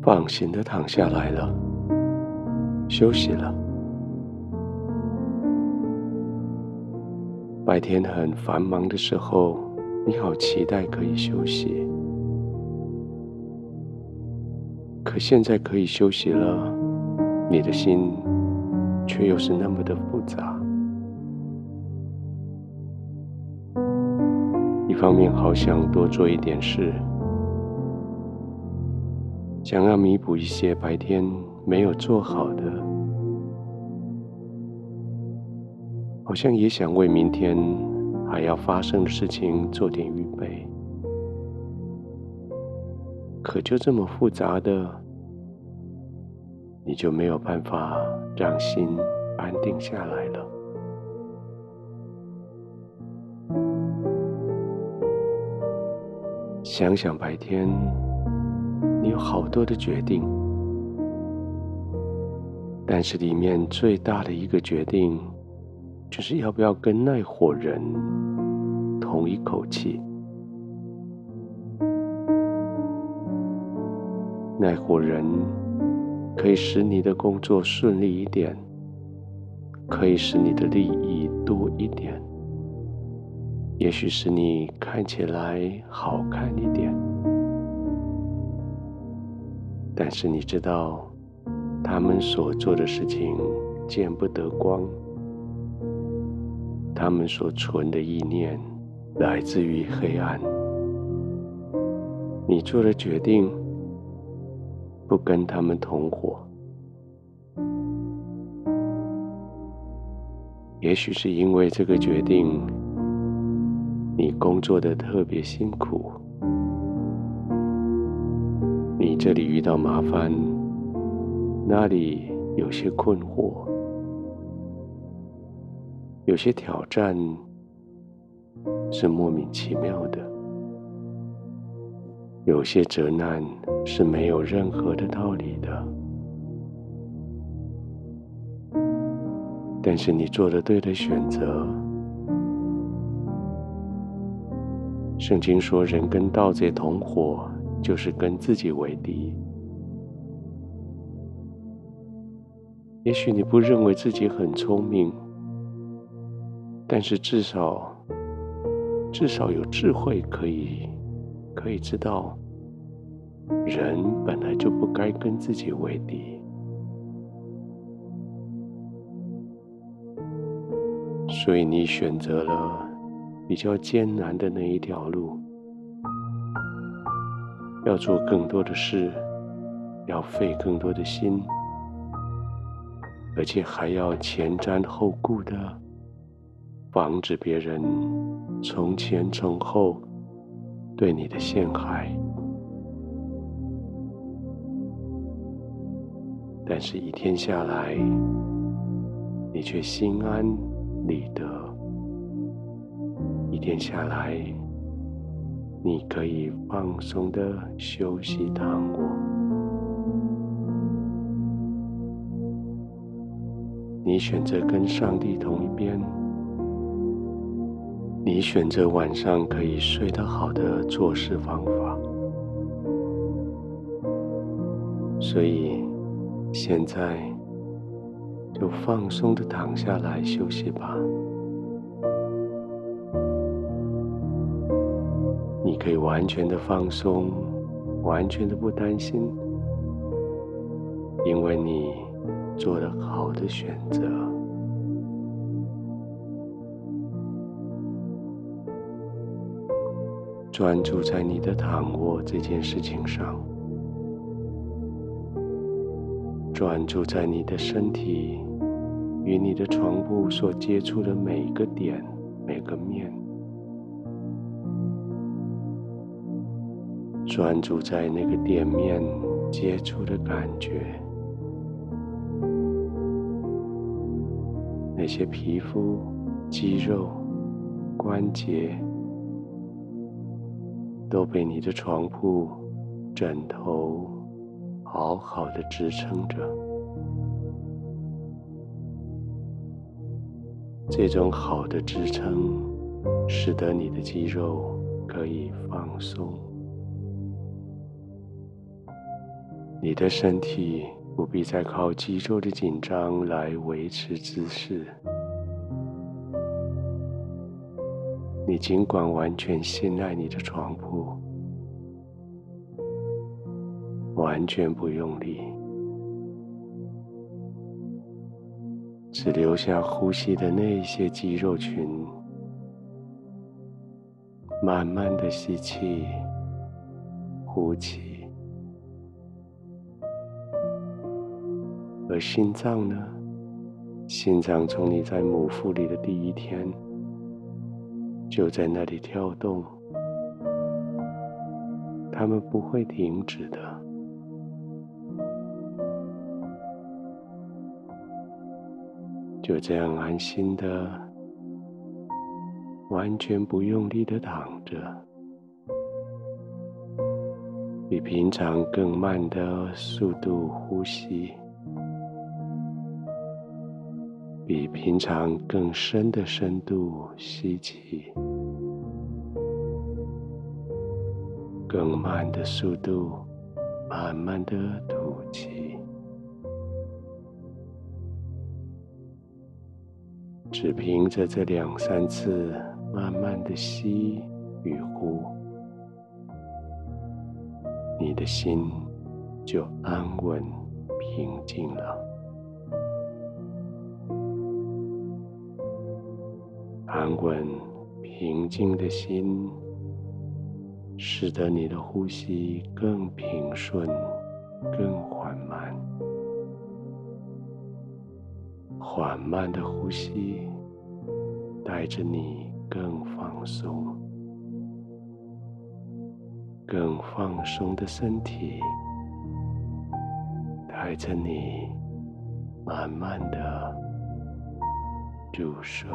放心的躺下来了，休息了。白天很繁忙的时候，你好期待可以休息，可现在可以休息了，你的心却又是那么的复杂。一方面好想多做一点事，想要弥补一些白天没有做好的，好像也想为明天还要发生的事情做点预备，可就这么复杂的，你就没有办法让心安定下来了。想想白天你有好多的决定，但是里面最大的一个决定就是要不要跟那伙人同一口气。那伙人可以使你的工作顺利一点，可以使你的利益多一点，也许使你看起来好看一点，但是你知道他们所做的事情见不得光，他们所存的意念来自于黑暗。你做了决定不跟他们同伙，也许是因为这个决定你工作得特别辛苦，你这里遇到麻烦，那里有些困惑，有些挑战是莫名其妙的，有些责难是没有任何的道理的。但是你做了对的选择。圣经说，人跟盗贼同伙，就是跟自己为敌。也许你不认为自己很聪明，但是至少有智慧可以知道，人本来就不该跟自己为敌。所以你选择了比较艰难的那一条路，要做更多的事，要费更多的心，而且还要前瞻后顾的防止别人从前从后对你的陷害。但是一天下来，你却心安理得。一天下来，你可以放松的休息躺卧。你选择跟上帝同一边，你选择晚上可以睡得好的做事方法。所以现在就放松的躺下来休息吧。你可以完全的放松，完全的不担心，因为你做了好的选择。专注在你的躺卧这件事情上，专注在你的身体与你的床铺所接触的每一个点、每个面，专注在那个点面接触的感觉，那些皮肤、肌肉、关节都被你的床铺、枕头好好的支撑着。这种好的支撑使得你的肌肉可以放松， 你的身体不必再靠肌肉的紧张来维持姿势，你尽管完全信赖你的床铺，完全不用力，只留下呼吸的那些肌肉群，慢慢的吸气，呼气。而心脏呢？心脏从你在母腹里的第一天，就在那里跳动，它们不会停止的。就这样安心的，完全不用力的躺着，比平常更慢的速度呼吸，比平常更深的深度吸气，更慢的速度慢慢的吐气，只凭着这2-3次慢慢的吸与呼，你的心就安稳平静了。安稳平静的心，使得你的呼吸更平顺、更缓慢。缓慢的呼吸带着你更放松，更放松的身体带着你慢慢的入睡。